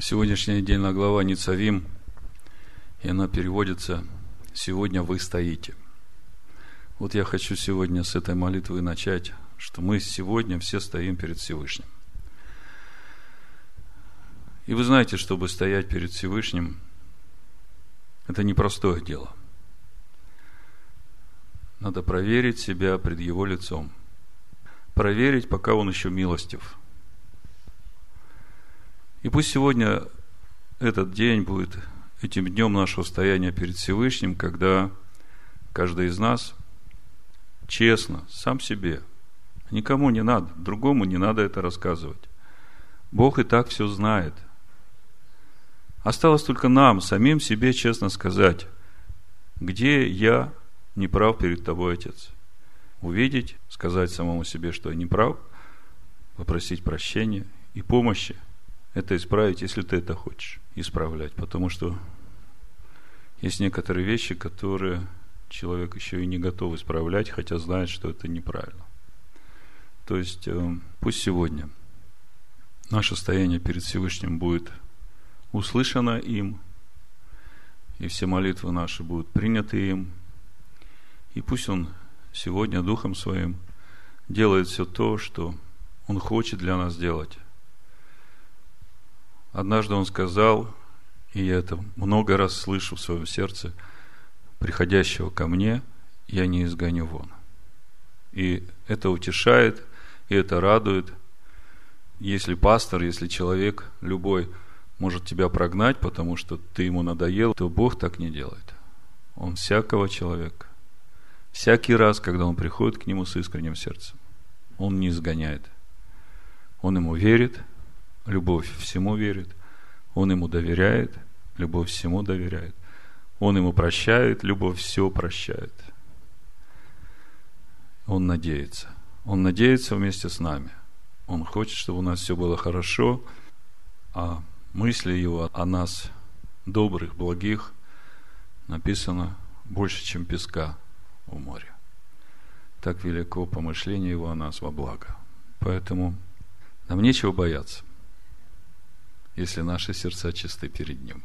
Сегодняшняя недельная глава Ницавим, и она переводится «Сегодня вы стоите». Вот я хочу сегодня с этой молитвы начать, что мы сегодня все стоим перед Всевышним. И вы знаете, чтобы стоять перед Всевышним, это непростое дело. Надо проверить себя пред Его лицом. Проверить, пока Он еще милостив. И пусть сегодня этот день будет этим днем нашего стояния перед Всевышним, когда каждый из нас честно, сам себе, никому не надо, другому не надо это рассказывать. Бог и так все знает. Осталось только нам, самим себе честно сказать, где я не прав перед Тобой, Отец. Увидеть, сказать самому себе, что я не прав, попросить прощения и помощи. Это исправить, если ты это хочешь, исправлять. Потому что есть некоторые вещи, которые человек еще и не готов исправлять, хотя знает, что это неправильно. То есть, пусть сегодня наше стояние перед Всевышним будет услышано им, и все молитвы наши будут приняты им, и пусть Он сегодня Духом Своим делает все то, что Он хочет для нас делать. Однажды Он сказал, и я это много раз слышу в своем сердце: приходящего ко мне я не изгоню вон. И это утешает, и это радует. Если пастор, если человек любой может тебя прогнать, потому что ты ему надоел, то Бог так не делает. Он всякого человека, всякий раз, когда он приходит к нему с искренним сердцем, он не изгоняет. Он ему верит, любовь всему верит, он ему доверяет, любовь всему доверяет, он ему прощает, любовь все прощает. Он надеется вместе с нами. Он хочет, чтобы у нас все было хорошо, а мысли Его о нас, добрых, благих, написано больше, чем песка в море. Так велико помышление Его о нас во благо. Поэтому нам нечего бояться, если наши сердца чисты перед Ним.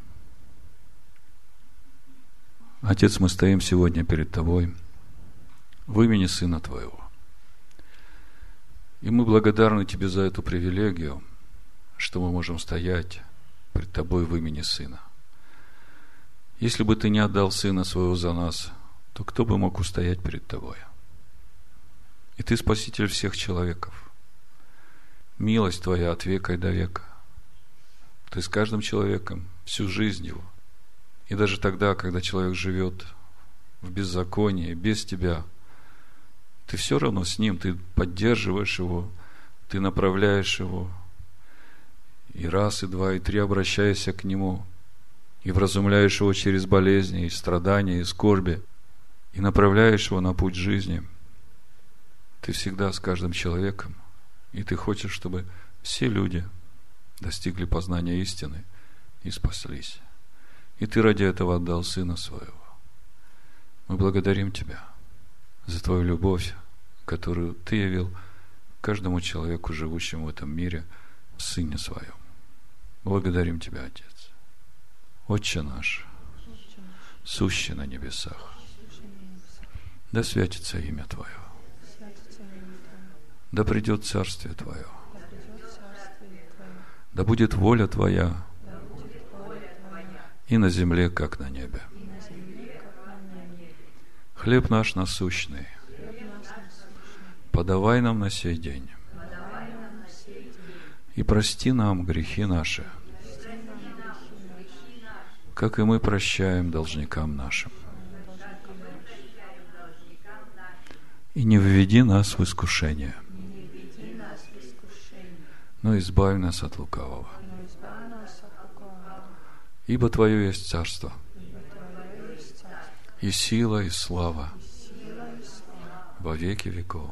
Отец, мы стоим сегодня перед Тобой в имени Сына Твоего. И мы благодарны Тебе за эту привилегию, что мы можем стоять пред Тобой в имени Сына. Если бы Ты не отдал Сына Своего за нас, то кто бы мог устоять перед Тобой? И Ты Спаситель всех человеков. Милость Твоя от века и до века. Ты с каждым человеком всю жизнь его. И даже тогда, когда человек живет в беззаконии, без Тебя, Ты все равно с ним, Ты поддерживаешь его, Ты направляешь его. И раз, и два, и три обращаешься к нему, и вразумляешь его через болезни, и страдания, и скорби, и направляешь его на путь жизни. Ты всегда с каждым человеком, и Ты хочешь, чтобы все люди достигли познания истины и спаслись. И Ты ради этого отдал Сына Своего. Мы благодарим Тебя за Твою любовь, которую Ты явил каждому человеку, живущему в этом мире, в Сыне Своем. Благодарим Тебя, Отец. Отче наш, сущий на небесах, да святится имя Твое, да придет Царствие Твое, да будет воля Твоя и на земле, как на небе. Хлеб наш насущный подавай нам на сей день, и прости нам грехи наши, как и мы прощаем должникам нашим. И не введи нас в искушение, но избавь нас от лукавого. Ибо Твое есть царство, и сила, и слава во веки веков.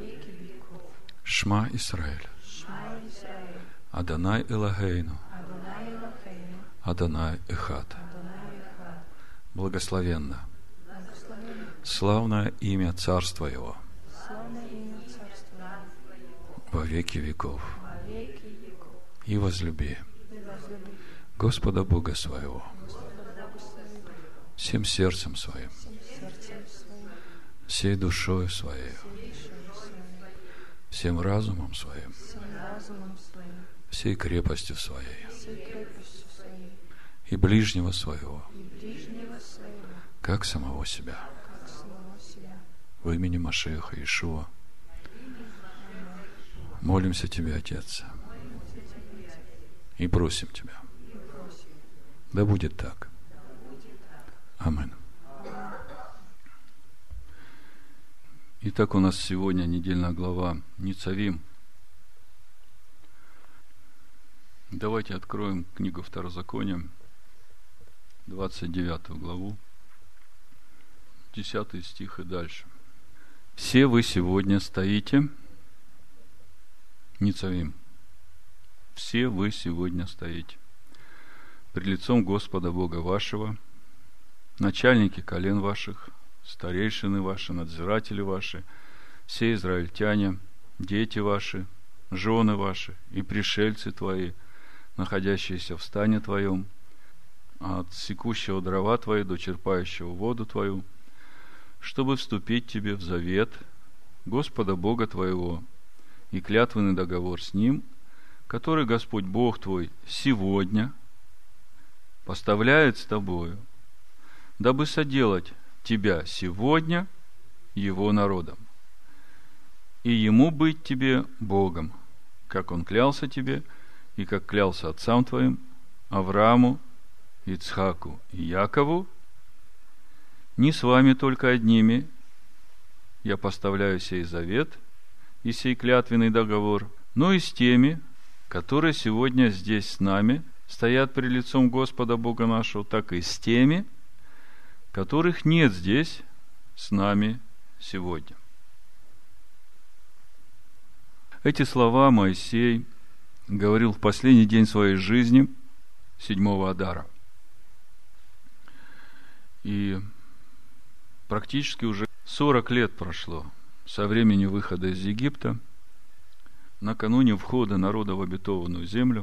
Шма Исраэль, Адонай Элохейну, Адонай Эхад. Благословенно, славное имя Царства Его во веки веков. И возлюби Господа Бога своего всем сердцем своим, всей душою своей, всем разумом своим, всей крепостью своей, и ближнего своего, как самого себя. В имени Машиаха Иешуа молимся Тебе, Отец, и просим Тебя. Да будет так. Амин. Итак, у нас сегодня недельная глава Ницавим. Давайте откроем книгу Второзакония, 29 главу, 10 стих и дальше. «Все вы сегодня стоите», Ницавим, «все вы сегодня стоите пред лицом Господа Бога вашего, начальники колен ваших, старейшины ваши, надзиратели ваши, все израильтяне, дети ваши, жены ваши и пришельцы твои, находящиеся в стане твоем, от секущего дрова твои до черпающего воду твою, чтобы вступить тебе в завет Господа Бога твоего и клятвенный договор с Ним, который Господь Бог твой сегодня поставляет с тобою, дабы соделать тебя сегодня Его народом, и Ему быть тебе Богом, как Он клялся тебе, и как клялся отцам твоим, Аврааму, Ицхаку и Якову, не с вами только одними я поставляю сей завет и сей клятвенный договор, но и с теми, которые сегодня здесь с нами стоят пред лицом Господа Бога нашего, так и с теми, которых нет здесь с нами сегодня». Эти слова Моисей говорил в последний день своей жизни, 7-го Адара. И практически уже 40 лет прошло со времени выхода из Египта, накануне входа народа в обетованную землю.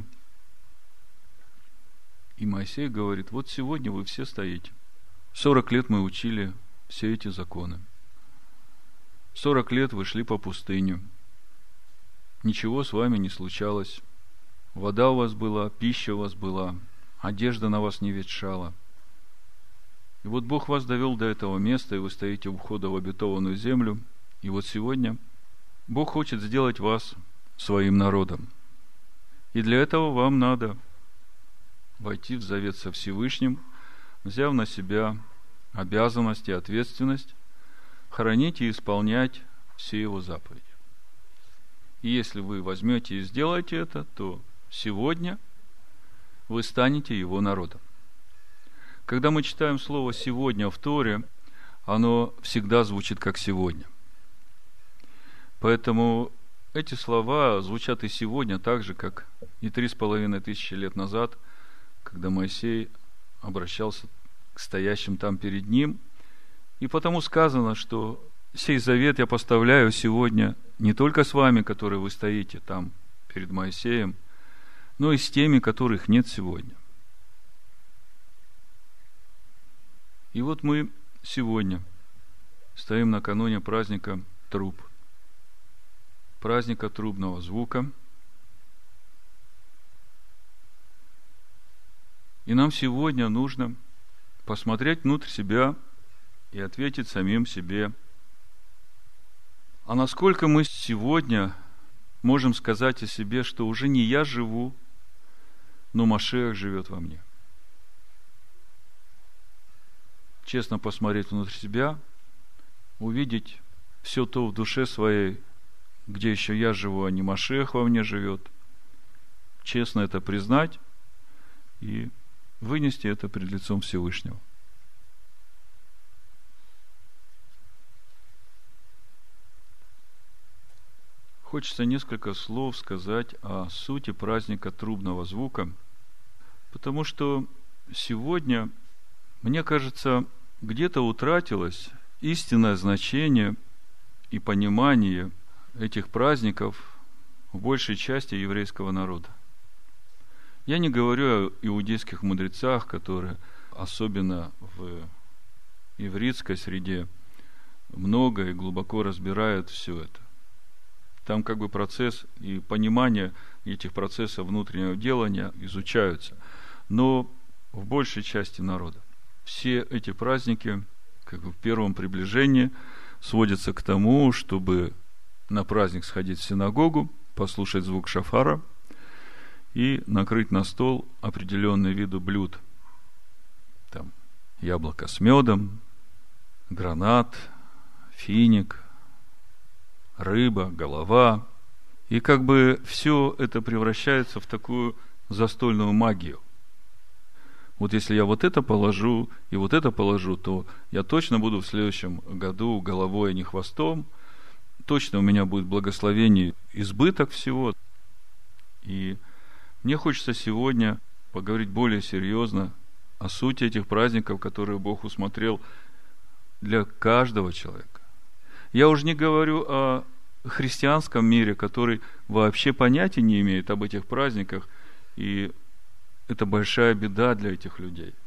И Моисей говорит: вот сегодня вы все стоите. 40 лет мы учили все эти законы. 40 лет вы шли по пустыне. Ничего с вами не случалось. Вода у вас была, пища у вас была, одежда на вас не ветшала. И вот Бог вас довел до этого места, и вы стоите у входа в обетованную землю. И вот сегодня Бог хочет сделать вас своим народом. И для этого вам надо войти в завет со Всевышним, взяв на себя обязанность и ответственность хранить и исполнять все Его заповеди. И если вы возьмете и сделаете это, то сегодня вы станете Его народом. Когда мы читаем слово «сегодня» в Торе, оно всегда звучит как «сегодня». Поэтому эти слова звучат и сегодня, так же, как и 3500 лет назад, когда Моисей обращался к стоящим там перед ним. И потому сказано, что сей завет я поставляю сегодня не только с вами, которые вы стоите там перед Моисеем, но и с теми, которых нет сегодня. И вот мы сегодня стоим накануне праздника труб, праздника трубного звука. И нам сегодня нужно посмотреть внутрь себя и ответить самим себе: а насколько мы сегодня можем сказать о себе, что уже не я живу, но Машиах живет во мне? Честно посмотреть внутрь себя, увидеть все то в душе своей, где еще я живу, а не Машиах во мне живет. Честно это признать и вынести это пред лицом Всевышнего. Хочется несколько слов сказать о сути праздника трубного звука, потому что сегодня, мне кажется, где-то утратилось истинное значение и понимание этих праздников в большей части еврейского народа. Я не говорю о иудейских мудрецах, которые, особенно в ивритской среде, много и глубоко разбирают все это. Там как бы процесс и понимание этих процессов внутреннего делания изучаются. Но в большей части народа все эти праздники, как бы в первом приближении, сводятся к тому, чтобы на праздник сходить в синагогу, послушать звук шафара и накрыть на стол определенные виды блюд. Там яблоко с медом, гранат, финик, рыба, голова. И как бы все это превращается в такую застольную магию. Вот если я вот это положу и вот это положу, то я точно буду в следующем году головой, а не хвостом. Точно у меня будет благословение, избыток всего. И мне хочется сегодня поговорить более серьезно о сути этих праздников, которые Бог усмотрел для каждого человека. Я уже не говорю о христианском мире, который вообще понятия не имеет об этих праздниках, и это большая беда для этих людей.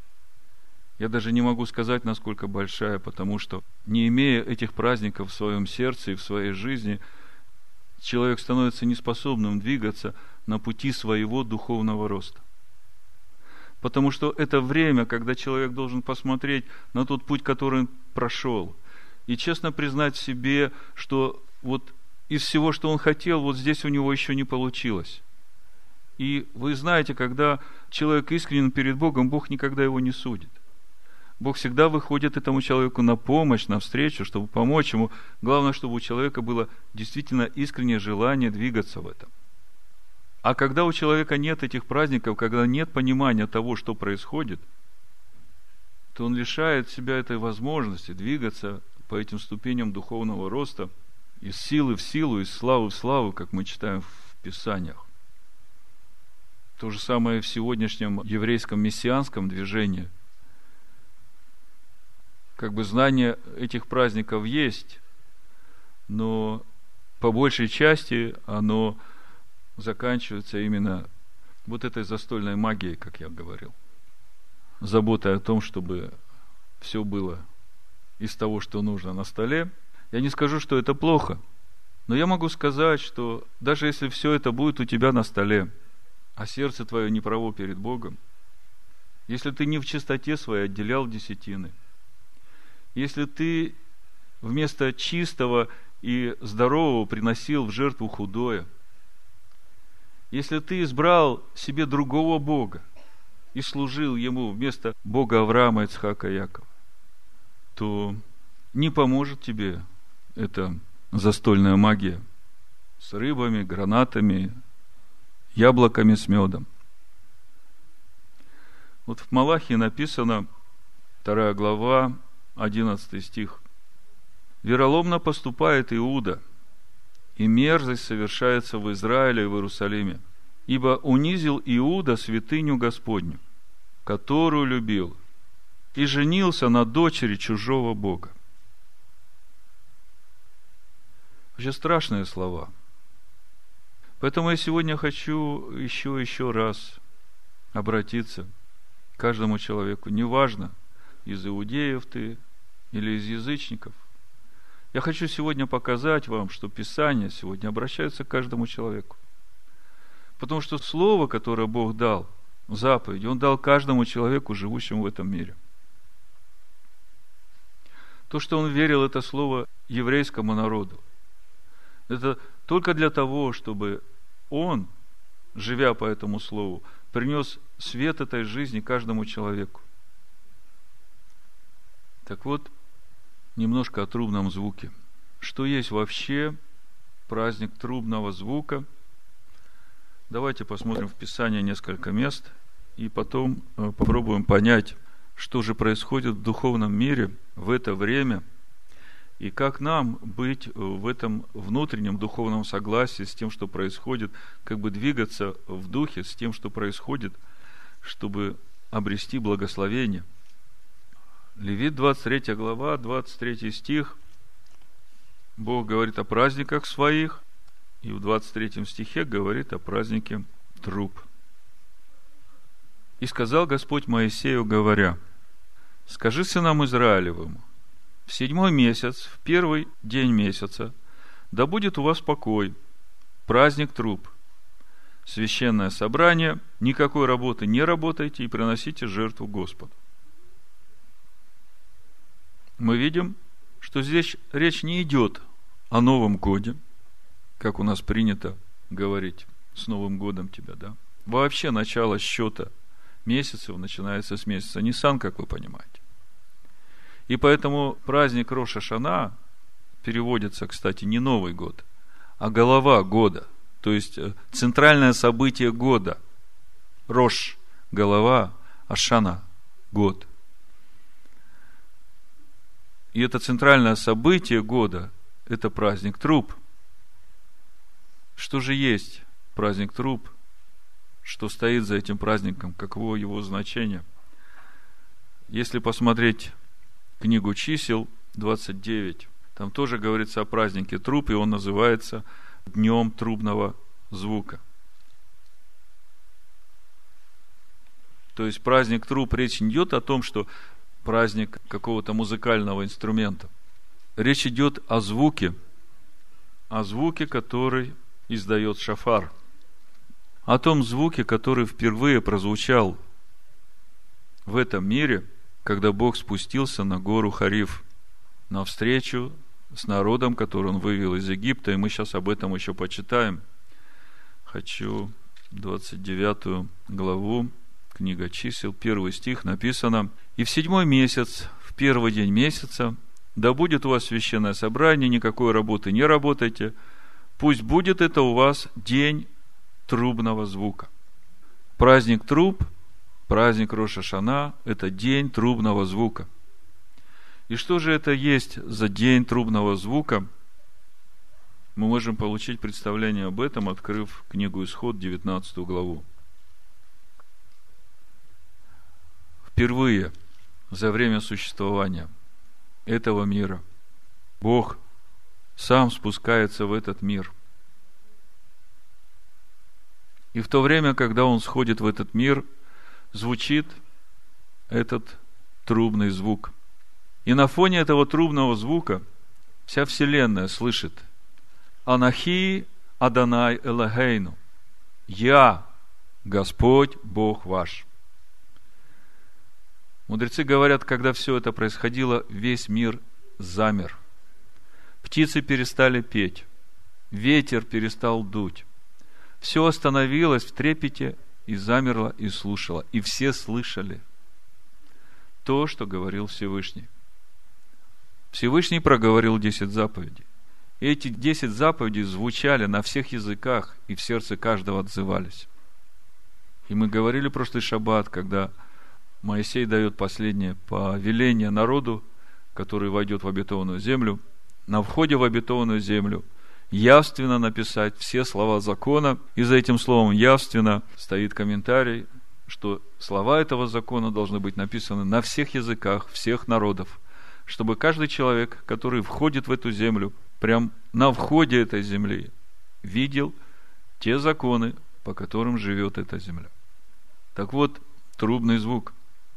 Я даже не могу сказать, насколько большая, потому что, не имея этих праздников в своем сердце и в своей жизни, человек становится неспособным двигаться на пути своего духовного роста. Потому что это время, когда человек должен посмотреть на тот путь, который он прошел, и честно признать себе, что вот из всего, что он хотел, вот здесь у него еще не получилось. И вы знаете, когда человек искренен перед Богом, Бог никогда его не судит. Бог всегда выходит этому человеку на помощь, навстречу, чтобы помочь ему. Главное, чтобы у человека было действительно искреннее желание двигаться в этом. А когда у человека нет этих праздников, когда нет понимания того, что происходит, то он лишает себя этой возможности двигаться по этим ступеням духовного роста из силы в силу, из славы в славу, как мы читаем в Писаниях. То же самое и в сегодняшнем еврейском мессианском движении. Как бы знание этих праздников есть, но по большей части оно заканчивается именно вот этой застольной магией, как я говорил. Заботой о том, чтобы все было из того, что нужно на столе. Я не скажу, что это плохо, но я могу сказать, что даже если все это будет у тебя на столе, а сердце твое не право перед Богом, если ты не в чистоте своей отделял десятины, если ты вместо чистого и здорового приносил в жертву худое, если ты избрал себе другого Бога и служил Ему вместо Бога Авраама, Ицхака и Якова, то не поможет тебе эта застольная магия с рыбами, гранатами, яблоками с медом. Вот в Малахии написано, 2 глава, 11 стих. «Вероломно поступает Иуда, и мерзость совершается в Израиле и в Иерусалиме, ибо унизил Иуда святыню Господню, которую любил, и женился на дочери чужого Бога». Вообще страшные слова. Поэтому я сегодня хочу еще раз обратиться к каждому человеку. Неважно, из иудеев ты или из язычников. Я хочу сегодня показать вам, что Писание сегодня обращается к каждому человеку. Потому что слово, которое Бог дал, заповеди, Он дал каждому человеку, живущему в этом мире. То, что Он верил, это слово еврейскому народу. Это только для того, чтобы Он, живя по этому слову, принес свет этой жизни каждому человеку. Так вот, немножко о трубном звуке. Что есть вообще праздник трубного звука? Давайте посмотрим в Писании несколько мест, и потом попробуем понять, что же происходит в духовном мире в это время, и как нам быть в этом внутреннем духовном согласии с тем, что происходит, как бы двигаться в духе с тем, что происходит, чтобы обрести благословение. Левит 23 глава, 23 стих. Бог говорит о праздниках своих, и в 23 стихе говорит о празднике труб. И сказал Господь Моисею, говоря: скажи сынам Израилевым: в 7-й месяц, в 1-й день месяца, да будет у вас покой, праздник труб, священное собрание, никакой работы не работайте и приносите жертву Господу. Мы видим, что здесь речь не идет о Новом годе, как у нас принято говорить: с Новым годом тебя, да? Вообще начало счета месяцев начинается с месяца Нисан, как вы понимаете. И поэтому праздник Рош ха-Шана переводится, кстати, не Новый год, а голова года, то есть центральное событие года. Рош – голова, а Шана – год. И это центральное событие года – это праздник труб. Что же есть праздник труб? Что стоит за этим праздником? Каково его значение? Если посмотреть книгу чисел 29, там тоже говорится о празднике труб, и он называется Днем трубного звука. То есть праздник труб, речь не идет о том, что праздник какого-то музыкального инструмента. Речь идет о звуке, который издает шафар. О том звуке, который впервые прозвучал в этом мире, когда Бог спустился на гору Хариф, на встречу с народом, который Он вывел из Египта, и мы сейчас об этом еще почитаем. Хочу 29 главу, книга чисел, 1 стих, написано: «И в 7-й месяц, в 1-й день месяца, да будет у вас священное собрание, никакой работы не работайте, пусть будет это у вас день трубного звука». Праздник труб, праздник Рош ха-Шана – это день трубного звука. И что же это есть за день трубного звука? Мы можем получить представление об этом, открыв книгу Исход, 19 главу. Впервые за время существования этого мира Бог сам спускается в этот мир. И в то время, когда Он сходит в этот мир, звучит этот трубный звук. И на фоне этого трубного звука вся вселенная слышит: «Анахи Адонай Элохейну» – «Я, Господь, Бог ваш». Мудрецы говорят, когда все это происходило, весь мир замер. Птицы перестали петь, ветер перестал дуть. Все остановилось в трепете и замерло и слушало. И все слышали то, что говорил Всевышний. Всевышний проговорил 10 заповедей. И эти 10 заповедей звучали на всех языках, и в сердце каждого отзывались. И мы говорили прошлый шаббат, когда Моисей дает последнее повеление народу, который войдет в обетованную землю, на входе в обетованную землю явственно написать все слова закона, и за этим словом явственно стоит комментарий, что слова этого закона должны быть написаны на всех языках, всех народов, чтобы каждый человек, который входит в эту землю, прям на входе этой земли, видел те законы, по которым живет эта земля. Так вот, трубный звук.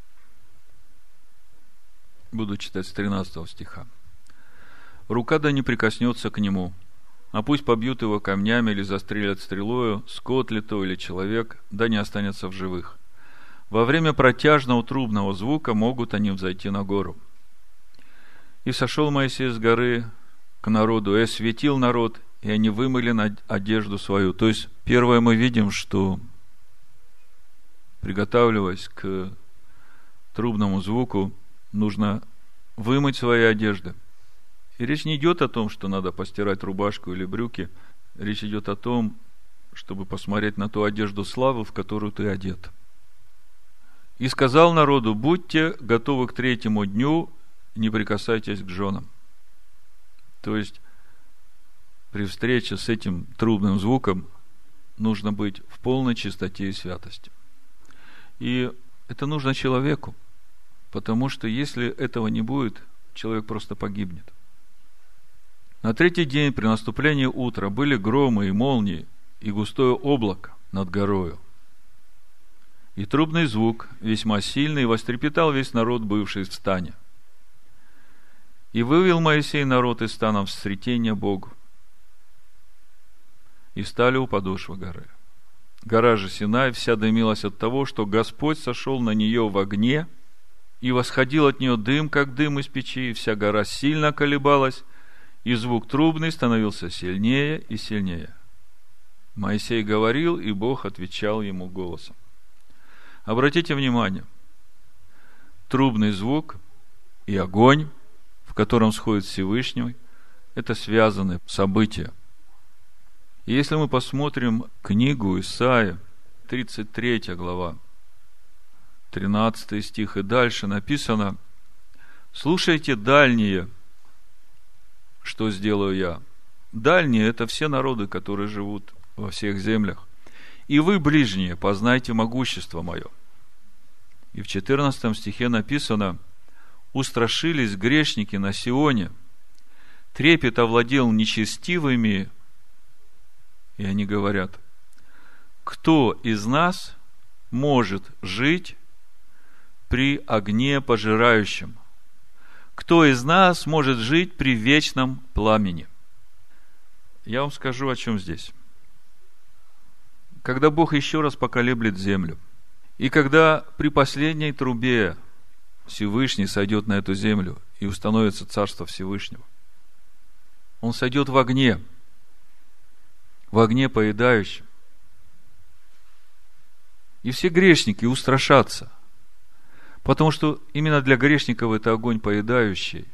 Буду читать с 13 стиха. «Рука да не прикоснется к нему, а пусть побьют его камнями или застрелят стрелою, скот ли то или человек, да не останется в живых. Во время протяжного трубного звука могут они взойти на гору. И сошел Моисей с горы к народу, и осветил народ, и они вымыли одежду свою». То есть, первое мы видим, что, приготавливаясь к трубному звуку, нужно вымыть свои одежды. И речь не идет о том, что надо постирать рубашку или брюки. Речь идет о том, чтобы посмотреть на ту одежду славы, в которую ты одет. «И сказал народу: будьте готовы к 3-му дню, не прикасайтесь к женам». То есть, при встрече с этим трубным звуком нужно быть в полной чистоте и святости. И это нужно человеку, потому что если этого не будет, человек просто погибнет. На 3-й день при наступлении утра были громы и молнии и густое облако над горою. И трубный звук весьма сильный, и вострепетал весь народ, бывший в стане. И вывел Моисей народ из стана в сретение Богу. И стали у подошвы горы. Гора же Синай вся дымилась от того, что Господь сошел на нее в огне, и восходил от нее дым, как дым из печи, и вся гора сильно колебалась, и звук трубный становился сильнее и сильнее. Моисей говорил, и Бог отвечал ему голосом. Обратите внимание, трубный звук и огонь, в котором сходит Всевышний, это связанные события. И если мы посмотрим книгу Исаия, 33 глава, 13 стих и дальше написано: «Слушайте, дальние, что сделаю я». Дальние – это все народы, которые живут во всех землях. «И вы, ближние, познайте могущество мое». И в 14 стихе написано: «Устрашились грешники на Сионе, трепет овладел нечестивыми». И они говорят: кто из нас может жить при огне пожирающем? Кто из нас может жить при вечном пламени? Я вам скажу, о чем здесь. Когда Бог еще раз поколеблет землю, и когда при последней трубе Всевышний сойдет на эту землю и установится Царство Всевышнего, Он сойдет в огне поедающем. И все грешники устрашатся, потому что именно для грешников это огонь поедающий.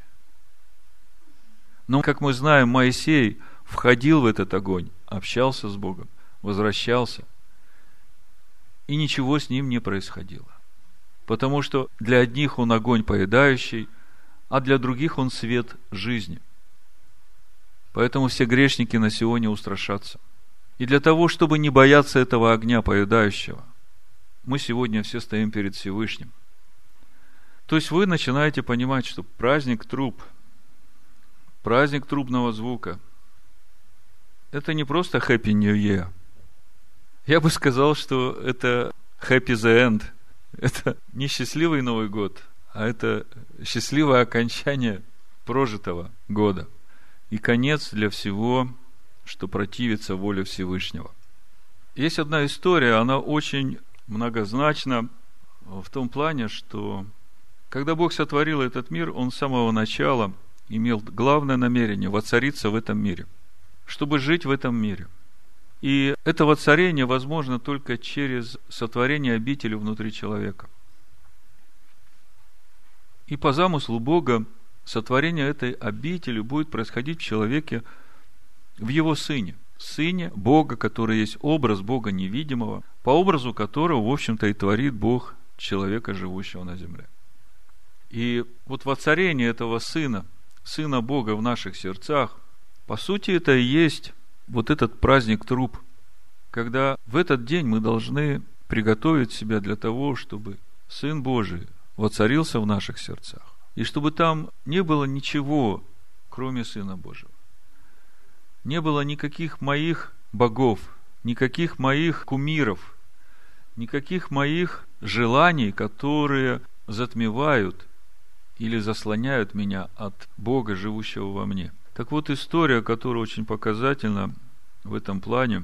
Но, как мы знаем, Моисей входил в этот огонь, общался с Богом, возвращался, и ничего с ним не происходило. Потому что для одних он огонь поедающий, а для других он свет жизни. Поэтому все грешники на Сионе устрашатся. И для того, чтобы не бояться этого огня поедающего, мы сегодня все стоим перед Всевышним. То есть вы начинаете понимать, что праздник труб, праздник трубного звука, это не просто Happy New Year. Я бы сказал, что это Happy the End. Это не счастливый Новый год, а это счастливое окончание прожитого года. И конец для всего, что противится воле Всевышнего. Есть одна история, она очень многозначна в том плане, что когда Бог сотворил этот мир, Он с самого начала имел главное намерение воцариться в этом мире, чтобы жить в этом мире. И это воцарение возможно только через сотворение обители внутри человека. И по замыслу Бога сотворение этой обители будет происходить в человеке, в его Сыне. Сыне Бога, который есть образ Бога невидимого, по образу которого, в общем-то, и творит Бог человека, живущего на земле. И вот воцарение этого Сына, Сына Бога в наших сердцах, по сути, это и есть вот этот праздник труб, когда в этот день мы должны приготовить себя для того, чтобы Сын Божий воцарился в наших сердцах, и чтобы там не было ничего, кроме Сына Божьего. Не было никаких моих богов, никаких моих кумиров, никаких моих желаний, которые затмевают или заслоняют меня от Бога, живущего во мне. Так вот, история, которая очень показательна в этом плане,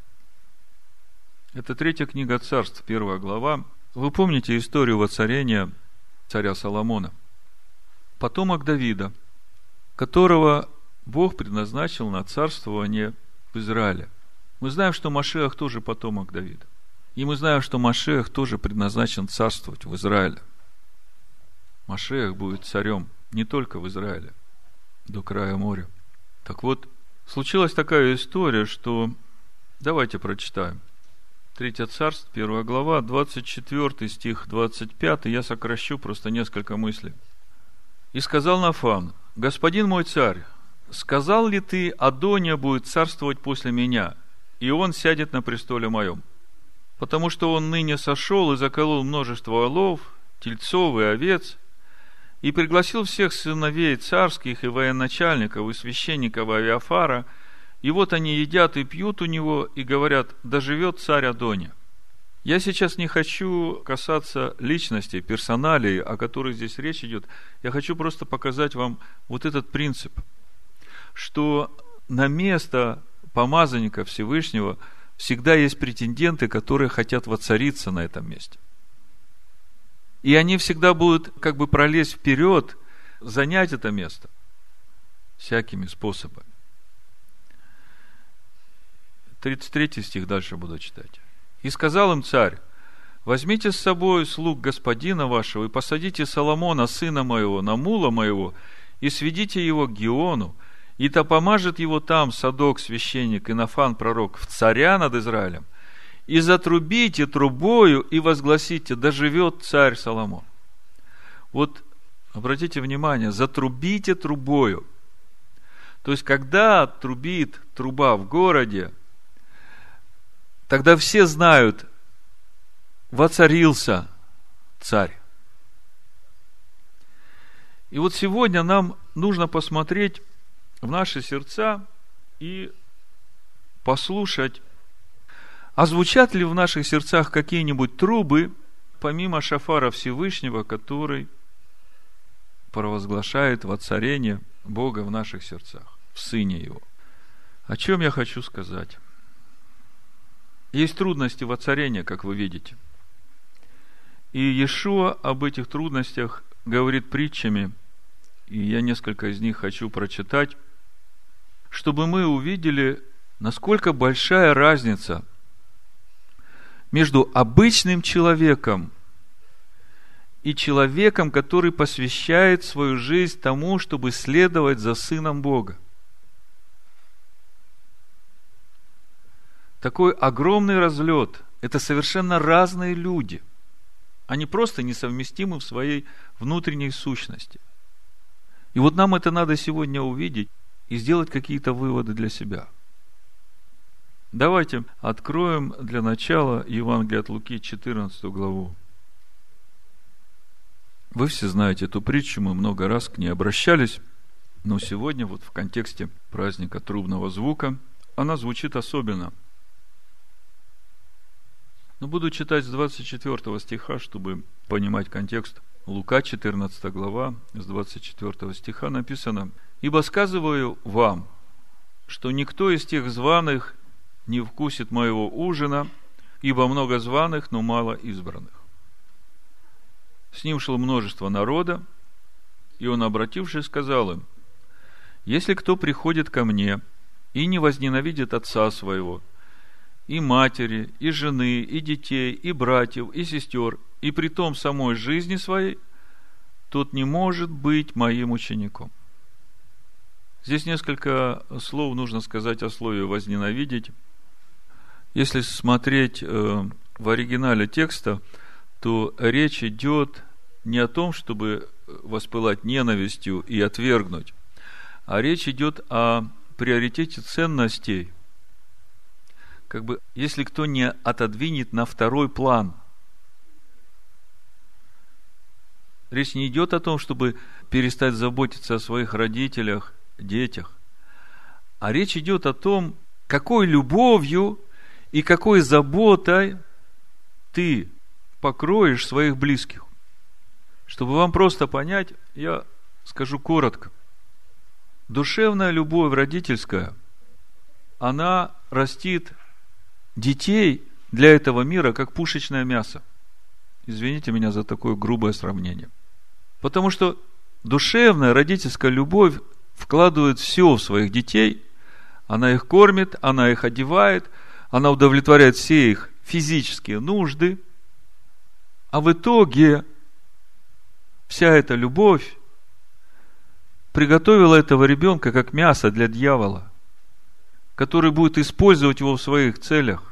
это 3 книга Царств, 1 глава. Вы помните историю воцарения царя Соломона, потомок Давида, которого Бог предназначил на царствование в Израиле. Мы знаем, что Машиах тоже потомок Давида. И мы знаем, что Машиах тоже предназначен царствовать в Израиле. Машиах будет царем не только в Израиле, до края моря. Так вот, случилась такая история, что... Давайте прочитаем. 3 Царств, 1 глава, 24 стих, 25. Я сокращу просто несколько мыслей. «И сказал Нафан: господин мой царь, сказал ли ты, Адония будет царствовать после меня, и он сядет на престоле моем? Потому что он ныне сошел и заколол множество олов, тельцов и овец, и пригласил всех сыновей царских и военачальников и священников Авиафара, и вот они едят и пьют у него, и говорят: да живет царь Адония. Я сейчас не хочу касаться личностей, персоналей, о которых здесь речь идет. Я хочу просто показать вам вот этот принцип, что на место помазанника Всевышнего всегда есть претенденты, которые хотят воцариться на этом месте. И они всегда будут как бы пролезть вперед, занять это место всякими способами. 33 стих дальше буду читать. «И сказал им царь: возьмите с собой слуг господина вашего и посадите Соломона, сына моего, на мула моего, и сведите его к Гиону, и-то помажет его там Садок священник и Нафан пророк в царя над Израилем, и затрубите трубою и возгласите: да живет царь Соломон». Вот обратите внимание, затрубите трубою. То есть, когда трубит труба в городе, тогда все знают: воцарился царь. И вот сегодня нам нужно посмотреть в наши сердца и послушать, а звучат ли в наших сердцах какие-нибудь трубы, помимо шафара Всевышнего, который провозглашает воцарение Бога в наших сердцах, в Сыне Его. О чем я хочу сказать? Есть трудности воцарения, как вы видите. И Иешуа об этих трудностях говорит притчами, и я несколько из них хочу прочитать, чтобы мы увидели, насколько большая разница между обычным человеком и человеком, который посвящает свою жизнь тому, чтобы следовать за Сыном Бога. Такой огромный разлет. Это совершенно разные люди. Они просто несовместимы в своей внутренней сущности. И вот нам это надо сегодня увидеть и сделать какие-то выводы для себя. Давайте откроем для начала Евангелие от Луки, 14 главу. Вы все знаете эту притчу, мы много раз к ней обращались, но сегодня вот в контексте праздника трубного звука она звучит особенно. Но буду читать с 24 стиха, чтобы понимать контекст. Лука, 14 глава, с 24 стиха написано: «Ибо сказываю вам, что никто из тех званых не вкусит моего ужина, ибо много званых, но мало избранных». С ним шло множество народа, и он, обратившись, сказал им: «Если кто приходит ко мне и не возненавидит отца своего, и матери, и жены, и детей, и братьев, и сестер, и притом самой жизни своей, тот не может быть моим учеником». Здесь несколько слов нужно сказать о слове «возненавидеть». Если смотреть в оригинале текста, то речь идет не о том, чтобы воспылать ненавистью и отвергнуть, а речь идет о приоритете ценностей. Как бы, если кто не отодвинет на второй план. Речь не идет о том, чтобы перестать заботиться о своих родителях, детях, а речь идет о том, какой любовью и какой заботой ты покроешь своих близких. Чтобы вам просто понять, я скажу коротко. Душевная любовь родительская, она растит детей для этого мира, как пушечное мясо. Извините меня за такое грубое сравнение. Потому что душевная родительская любовь вкладывает все в своих детей, она их кормит, она их одевает, она удовлетворяет все их физические нужды, а в итоге вся эта любовь приготовила этого ребенка как мясо для дьявола, который будет использовать его в своих целях.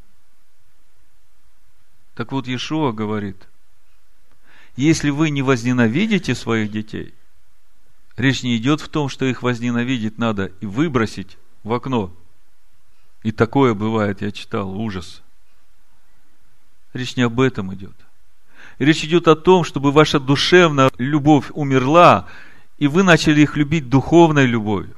Так вот, Иешуа говорит: если вы не возненавидите своих детей, речь не идет в том, что их возненавидеть надо и выбросить в окно. И такое бывает, я читал, ужас. Речь не об этом идет. Речь идет о том, чтобы ваша душевная любовь умерла, и вы начали их любить духовной любовью.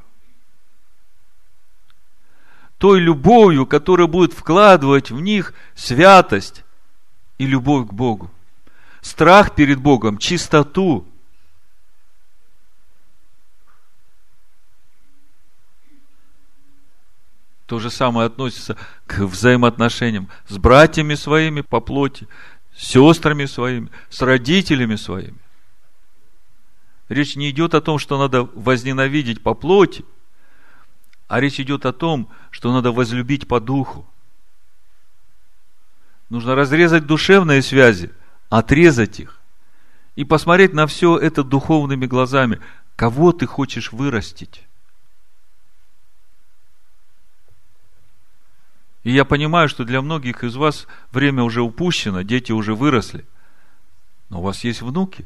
Той любовью, которая будет вкладывать в них святость, и любовь к Богу. Страх перед Богом, чистоту. То же самое относится к взаимоотношениям с братьями своими по плоти, с сестрами своими, с родителями своими. Речь не идет о том, что надо возненавидеть по плоти, а речь идет о том, что надо возлюбить по духу. Нужно разрезать душевные связи, отрезать их и посмотреть на все это духовными глазами. Кого ты хочешь вырастить? И я понимаю, что для многих из вас время уже упущено, дети уже выросли. Но у вас есть внуки.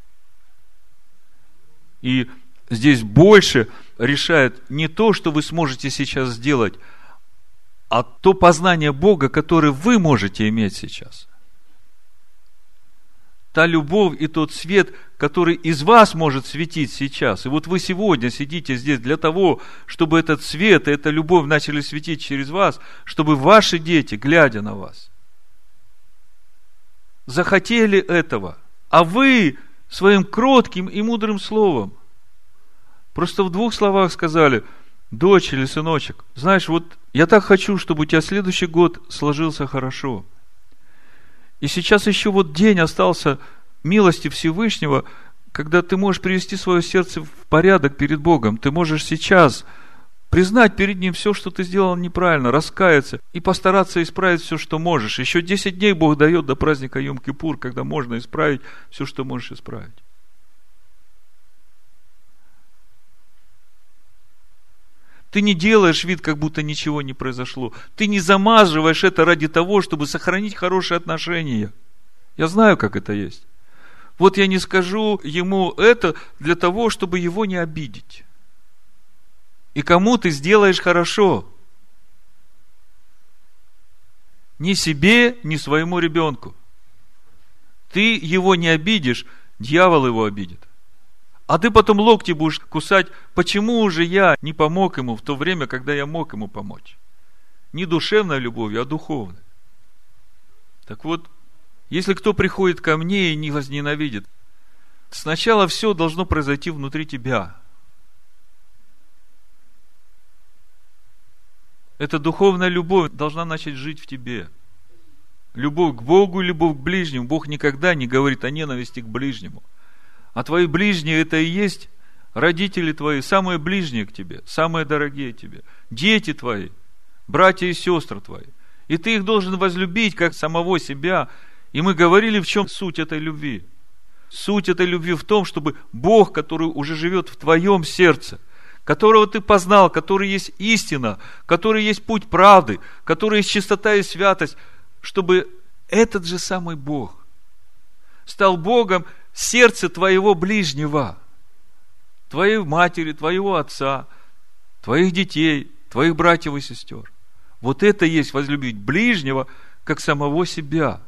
И здесь больше решает не то, что вы сможете сейчас сделать, а то познание Бога, которое вы можете иметь сейчас. Та любовь и тот свет, который из вас может светить сейчас. И вот вы сегодня сидите здесь для того, чтобы этот свет и эта любовь начали светить через вас, чтобы ваши дети, глядя на вас, захотели этого. А вы своим кротким и мудрым словом просто в 2 словах сказали: дочь или сыночек, знаешь, вот я так хочу, чтобы у тебя следующий год сложился хорошо. И сейчас еще вот день остался милости Всевышнего, когда ты можешь привести свое сердце в порядок перед Богом. Ты можешь сейчас признать перед Ним все, что ты сделал неправильно, раскаяться и постараться исправить все, что можешь. Еще 10 дней Бог дает до праздника Йом-Кипур, когда можно исправить все, что можешь исправить. Ты не делаешь вид, как будто ничего не произошло. Ты не замазываешь это ради того, чтобы сохранить хорошие отношения. Я знаю, как это есть. Вот я не скажу ему это для того, чтобы его не обидеть. И кому ты сделаешь хорошо? Ни себе, ни своему ребенку. Ты его не обидишь, дьявол его обидит. А ты потом локти будешь кусать, почему же я не помог ему в то время, когда я мог ему помочь? Не душевной любовью, а духовной. Так вот, если кто приходит ко мне и не возненавидит, сначала все должно произойти внутри тебя. Эта духовная любовь должна начать жить в тебе. Любовь к Богу, любовь к ближнему. Бог никогда не говорит о ненависти к ближнему. А твои ближние — это и есть родители твои, самые ближние к тебе, самые дорогие тебе, дети твои, братья и сестры твои. И ты их должен возлюбить, как самого себя. И мы говорили, в чем суть этой любви. Суть этой любви в том, чтобы Бог, который уже живет в твоем сердце, которого ты познал, который есть истина, который есть путь правды, который есть чистота и святость, чтобы этот же самый Бог стал Богом сердце твоего ближнего, твоей матери, твоего отца, твоих детей, твоих братьев и сестер. Вот это есть возлюбить ближнего, как самого себя.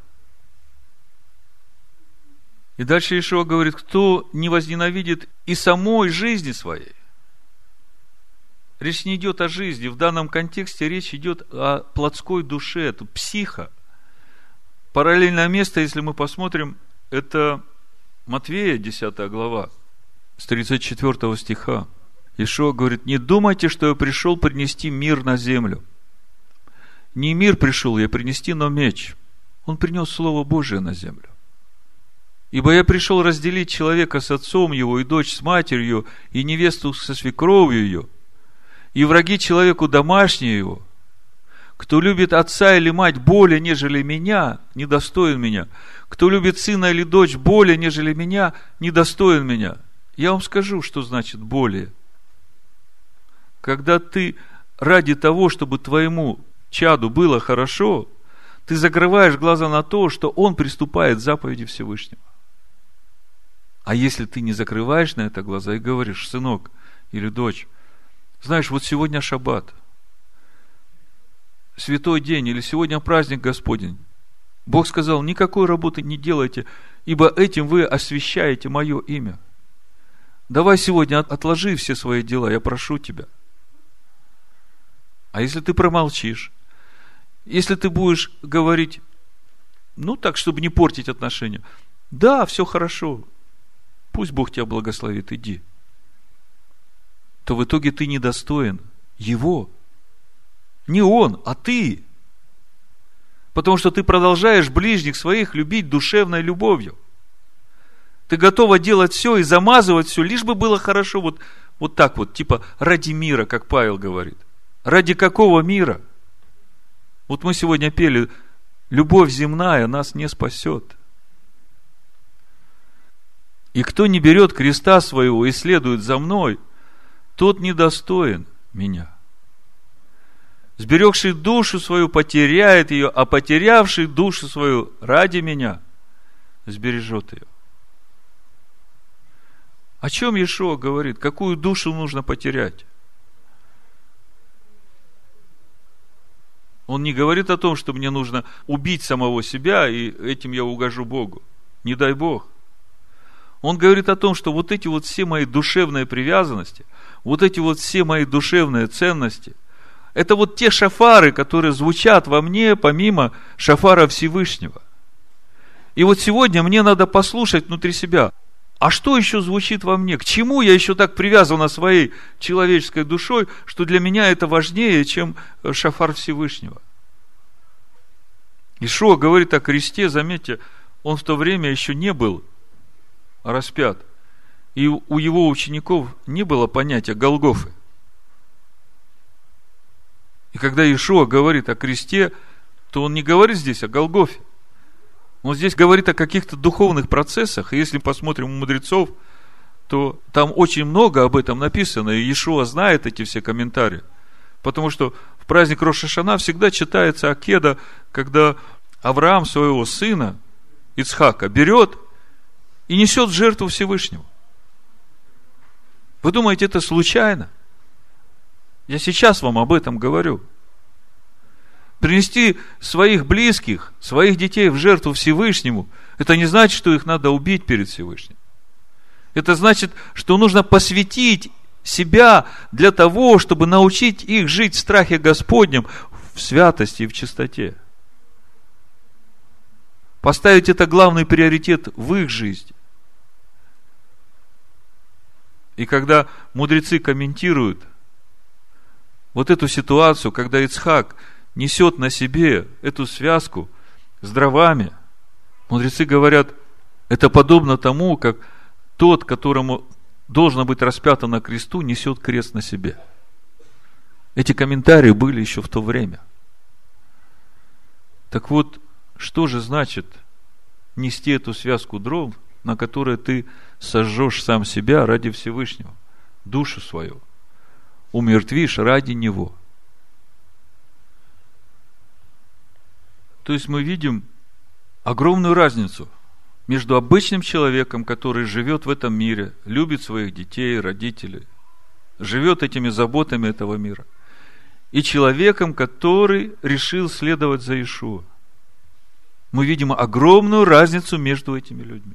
И дальше Иешуа говорит: кто не возненавидит и самой жизни своей. Речь не идет о жизни. В данном контексте речь идет о плотской душе, это психа. Параллельное место, если мы посмотрим, это Матвея, 10 глава, с 34 стиха. Иешуа говорит: не думайте, что я пришел принести мир на землю. Не мир пришел я принести, но меч. Он принес Слово Божие на землю. Ибо я пришел разделить человека с отцом его, и дочь с матерью, и невесту со свекровью ее, и враги человеку домашние его. Кто любит отца или мать более, нежели меня, недостоин меня. Кто любит сына или дочь более, нежели меня, недостоин меня. Я вам скажу, что значит более. Когда ты ради того, чтобы твоему чаду было хорошо, ты закрываешь глаза на то, что он приступает к заповеди Всевышнего. А если ты не закрываешь на это глаза и говоришь: сынок или дочь, знаешь, вот сегодня шаббат, святой день, или сегодня праздник Господень. Бог сказал: никакой работы не делайте, ибо этим вы освящаете мое имя. Давай сегодня отложи все свои дела, я прошу тебя. А если ты промолчишь, если ты будешь говорить: так, чтобы не портить отношения. Да, все хорошо. Пусть Бог тебя благословит, иди. То в итоге ты недостоин Его. Не Он, а ты. Потому что ты продолжаешь ближних своих любить душевной любовью. Ты готова делать все и замазывать все, лишь бы было хорошо. Вот так вот, типа ради мира, как Павел говорит. Ради какого мира? Вот мы сегодня пели: любовь земная нас не спасет. И кто не берет креста своего и следует за мной, тот недостоин меня. Сберегший душу свою потеряет ее, а потерявший душу свою ради меня сбережет ее. О чем Иешуа говорит? Какую душу нужно потерять? Он не говорит о том, что мне нужно убить самого себя, и этим я угожу Богу. Не дай Бог. Он говорит о том, что вот эти вот все мои душевные привязанности, вот эти вот все мои душевные ценности, это вот те шафары, которые звучат во мне, помимо шафара Всевышнего. И вот сегодня мне надо послушать внутри себя, а что еще звучит во мне? К чему я еще так привязана своей человеческой душой, что для меня это важнее, чем шафар Всевышнего? Иешуа говорит о кресте, заметьте, он в то время еще не был распят. И у его учеников не было понятия Голгофы. И когда Иешуа говорит о кресте, то он не говорит здесь о Голгофе. Он здесь говорит о каких-то духовных процессах. И если посмотрим у мудрецов, то там очень много об этом написано. И Иешуа знает эти все комментарии. Потому что в праздник Рош ха-Шана всегда читается акеда, когда Авраам своего сына Ицхака берет и несет в жертву Всевышнему. Вы думаете, это случайно? Я сейчас вам об этом говорю. Принести своих близких, своих детей в жертву Всевышнему, это не значит, что их надо убить перед Всевышним. Это значит, что нужно посвятить себя для того, чтобы научить их жить в страхе Господнем, в святости и в чистоте. Поставить это главный приоритет в их жизни. И когда мудрецы комментируют вот эту ситуацию, когда Ицхак несет на себе эту связку с дровами, мудрецы говорят, это подобно тому, как тот, которому должно быть распято на кресту, несет крест на себе. Эти комментарии были еще в то время. Так вот, что же значит нести эту связку дров, на которой ты сожжешь сам себя ради Всевышнего, душу свою, умертвишь ради Него? То есть мы видим огромную разницу между обычным человеком, который живет в этом мире, любит своих детей, родителей, живет этими заботами этого мира, и человеком, который решил следовать за Иешуа. Мы видим огромную разницу между этими людьми.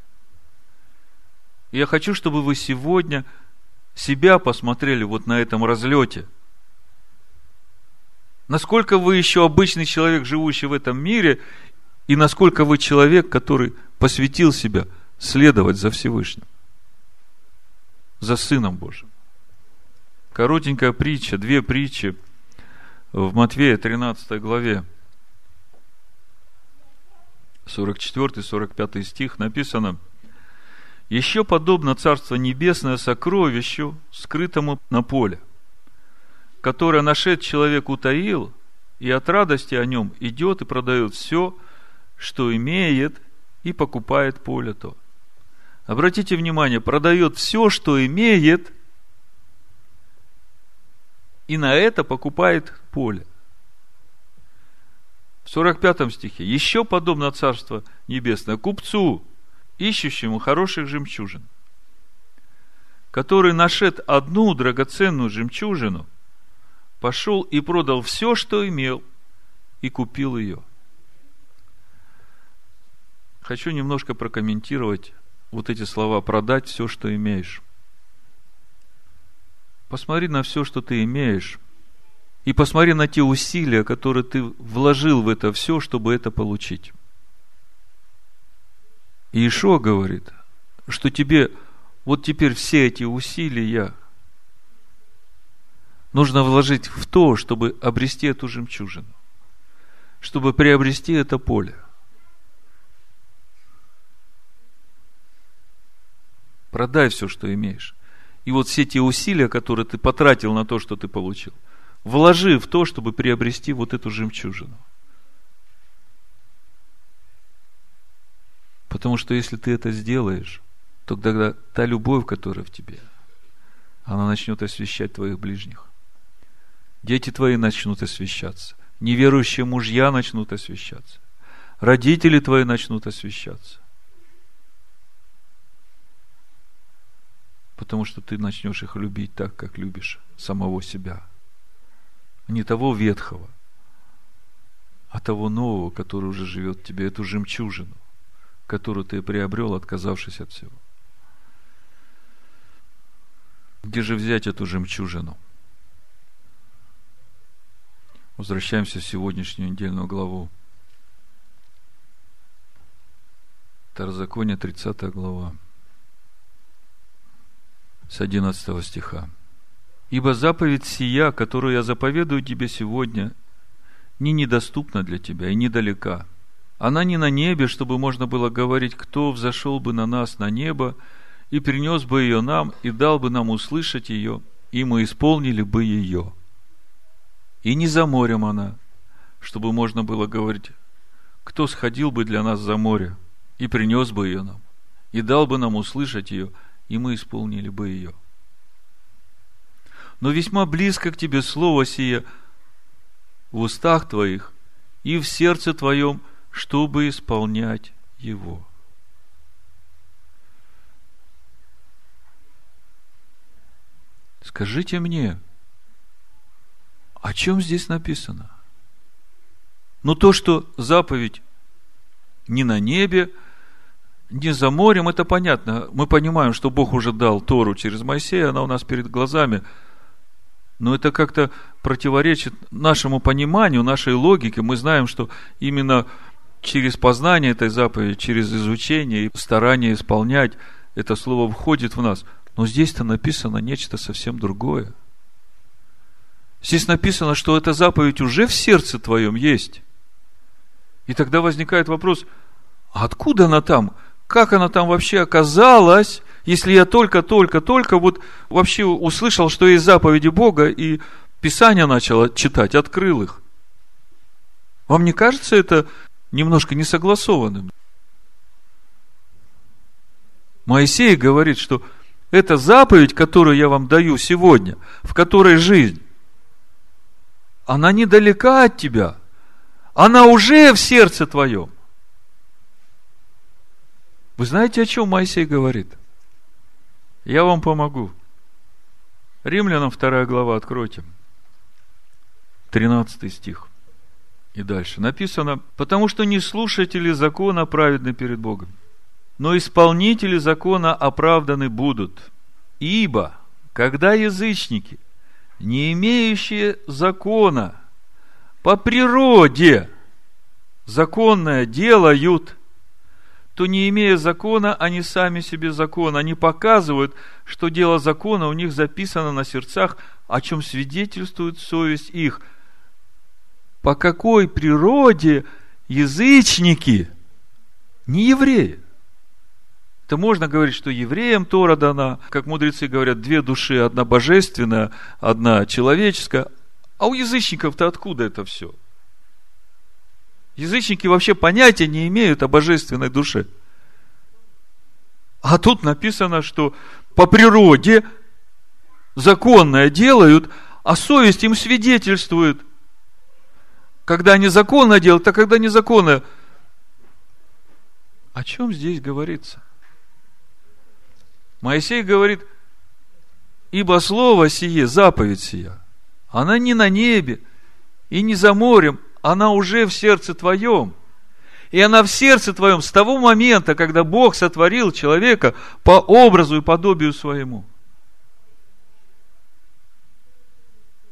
И я хочу, чтобы вы сегодня себя посмотрели вот на этом разлете. Насколько вы еще обычный человек, живущий в этом мире, и насколько вы человек, который посвятил себя следовать за Всевышним, за Сыном Божьим. Коротенькая притча, 2 притчи в Матфея 13 главе, 44-45 стих написано: «Еще подобно Царство Небесное сокровищу, скрытому на поле, которое нашед человек утаил, и от радости о нем идет и продает все, что имеет, и покупает поле то». Обратите внимание, продает все, что имеет, и на это покупает поле. В 45 стихе: «Еще подобно Царство Небесное купцу, ищущему хороших жемчужин, который нашед одну драгоценную жемчужину, пошел и продал все, что имел, и купил ее». Хочу немножко прокомментировать вот эти слова: продать все, что имеешь. Посмотри на все, что ты имеешь, и посмотри на те усилия, которые ты вложил в это все, чтобы это получить. И Иешуа говорит, что тебе вот теперь все эти усилия нужно вложить в то, чтобы обрести эту жемчужину, чтобы приобрести это поле. Продай все, что имеешь. И вот все те усилия, которые ты потратил на то, что ты получил, вложи в то, чтобы приобрести вот эту жемчужину. Потому что если ты это сделаешь, то тогда та любовь, которая в тебе, она начнет освещать твоих ближних. Дети твои начнут освещаться. Неверующие мужья начнут освещаться. Родители твои начнут освещаться. Потому что ты начнешь их любить так, как любишь самого себя. Не того ветхого, а того нового, который уже живет в тебе, эту жемчужину, которую ты приобрел, отказавшись от всего. Где же взять эту жемчужину? Возвращаемся в сегодняшнюю недельную главу. Второзаконие, 30 глава, с 11 стиха. «Ибо заповедь сия, которую я заповедую тебе сегодня, не недоступна для тебя и недалека. Она не на небе, чтобы можно было говорить, кто взошел бы на нас на небо, и принес бы ее нам, и дал бы нам услышать ее, и мы исполнили бы ее. И не за морем она, чтобы можно было говорить, кто сходил бы для нас за море, и принес бы ее нам, и дал бы нам услышать ее, и мы исполнили бы ее. Но весьма близко к тебе слово сие в устах твоих и в сердце твоем, чтобы исполнять его». Скажите мне, о чем здесь написано? Ну, то, что заповедь не на небе, не за морем, это понятно. Мы понимаем, что Бог уже дал Тору через Моисея, она у нас перед глазами. Но это как-то противоречит нашему пониманию, нашей логике. Мы знаем, что именно через познание этой заповеди, через изучение и старание исполнять, это слово входит в нас. Но здесь-то написано нечто совсем другое. Здесь написано, что эта заповедь уже в сердце твоем есть. И тогда возникает вопрос, а откуда она там? Как она там вообще оказалась, если я только вот вообще услышал, что есть заповеди Бога, и Писание начал читать, открыл их? Вам не кажется это немножко несогласованным? Моисей говорит, что эта заповедь, которую я вам даю сегодня, в которой жизнь, она недалека от тебя. Она уже в сердце твоем. Вы знаете, о чем Моисей говорит? Я вам помогу. Римлянам 2 глава, откройте. 13 стих. И дальше написано: «Потому что не слушатели закона праведны перед Богом, но исполнители закона оправданы будут. Ибо, когда язычники, не имеющие закона, по природе законное делают, то, не имея закона, они сами себе закон. Они показывают, что дело закона у них записано на сердцах, о чем свидетельствует совесть их. По какой природе язычники, не евреи?» Это можно говорить, что евреям Тора дана, как мудрецы говорят, 2 души, одна божественная, одна человеческая. А у язычников-то откуда это все? Язычники вообще понятия не имеют о божественной душе. А тут написано, что по природе законное делают, а совесть им свидетельствует. Когда они законное делают, а когда незаконное. О чем здесь говорится? Моисей говорит: ибо слово сие, заповедь сия, она не на небе и не за морем, она уже в сердце твоем. И она в сердце твоем с того момента, когда Бог сотворил человека по образу и подобию своему.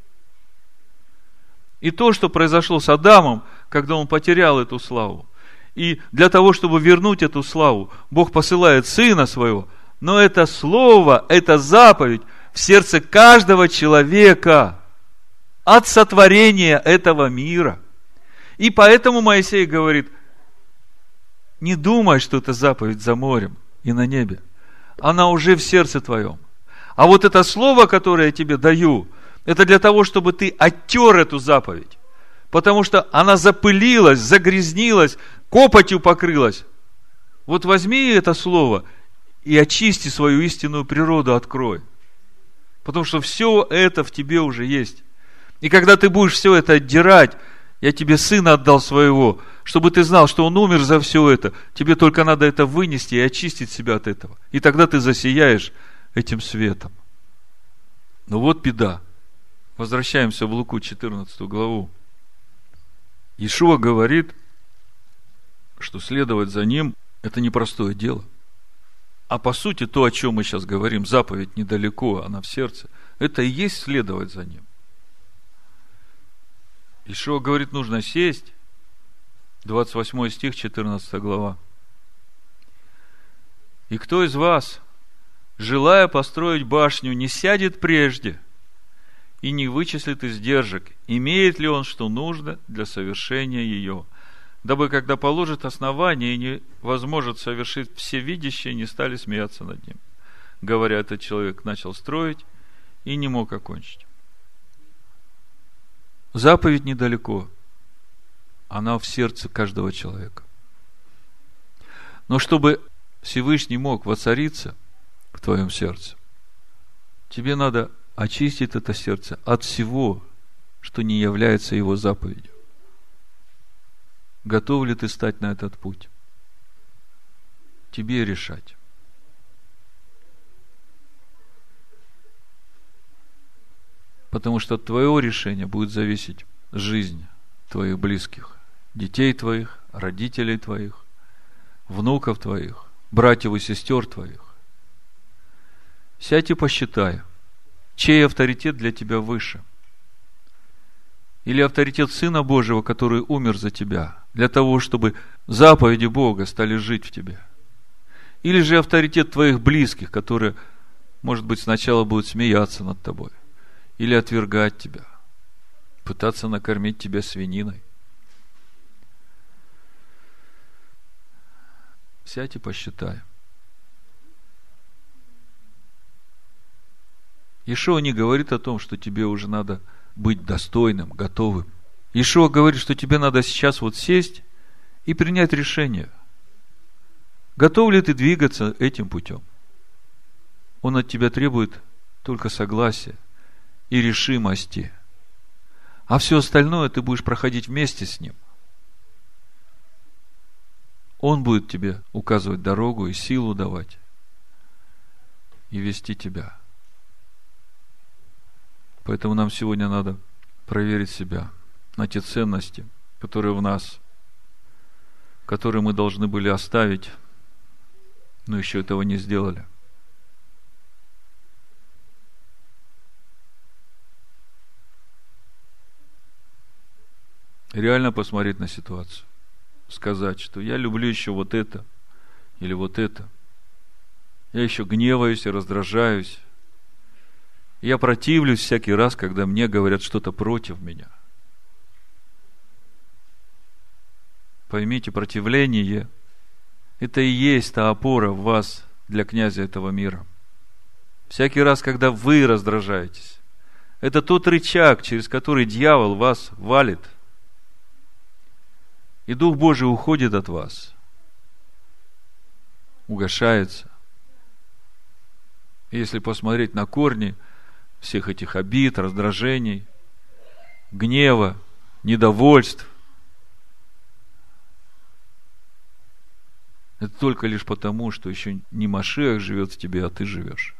И то, что произошло с Адамом, когда он потерял эту славу, И для того, чтобы вернуть эту славу, Бог посылает Сына Своего. Но это слово, это заповедь в сердце каждого человека от сотворения этого мира. И поэтому Моисей говорит: не думай, что это заповедь за морем и на небе. Она уже в сердце твоем. А вот это слово, которое я тебе даю, это для того, чтобы ты оттер эту заповедь. Потому что она запылилась, загрязнилась, копотью покрылась. Вот возьми это слово и очисти свою истинную природу, открой. Потому что все это в тебе уже есть. И когда ты будешь все это отдирать, я тебе Сына отдал своего, чтобы ты знал, что Он умер за все это. Тебе только надо это вынести и очистить себя от этого. И тогда ты засияешь этим светом. Но вот беда. Возвращаемся в Луку 14 главу. Иешуа говорит, что следовать за Ним – это непростое дело. А по сути, то, о чем мы сейчас говорим, заповедь недалеко, она в сердце, это и есть следовать за Ним. Иешуа говорит, нужно сесть. 28 стих, 14 глава. «И кто из вас, желая построить башню, не сядет прежде и не вычислит издержек, имеет ли он что нужно для совершения ее, дабы, когда положит основание и не возможет совершить всевидящее, не стали смеяться над ним». Говоря, этот человек начал строить и не мог окончить. Заповедь недалеко. Она в сердце каждого человека. Но чтобы Всевышний мог воцариться в твоем сердце, тебе надо очистить это сердце от всего, что не является его заповедью. Готов ли ты стать на этот путь? Тебе решать. Потому что от твоего решения будет зависеть жизнь твоих близких, детей твоих, родителей твоих, внуков твоих, братьев и сестер твоих. Сядь и посчитай, чей авторитет для тебя выше. Или авторитет Сына Божьего, который умер за тебя, для того, чтобы заповеди Бога стали жить в тебе. Или же авторитет твоих близких, которые, может быть, сначала будут смеяться над тобой, или отвергать тебя, пытаться накормить тебя свининой. Сядь и посчитай. Иешуа не говорит о том, что тебе уже надо быть достойным, готовым. Иешуа говорит, что тебе надо сейчас вот сесть и принять решение. Готов ли ты двигаться этим путем? Он от тебя требует только согласия и решимости. А все остальное ты будешь проходить вместе с Ним. Он будет тебе указывать дорогу и силу давать, и вести тебя. Поэтому нам сегодня надо проверить себя на те ценности, которые в нас, которые мы должны были оставить, но еще этого не сделали. Реально посмотреть на ситуацию. Сказать, что я люблю еще вот это или вот это. Я еще гневаюсь и раздражаюсь. Я противлюсь всякий раз, когда мне говорят что-то против меня. Поймите, противление – это и есть та опора в вас для князя этого мира. Всякий раз, когда вы раздражаетесь, это тот рычаг, через который дьявол вас валит. И Дух Божий уходит от вас, угашается. И если посмотреть на корни всех этих обид, раздражений, гнева, недовольств, это только лишь потому, что еще не Машиах живет в тебе, а ты живешь.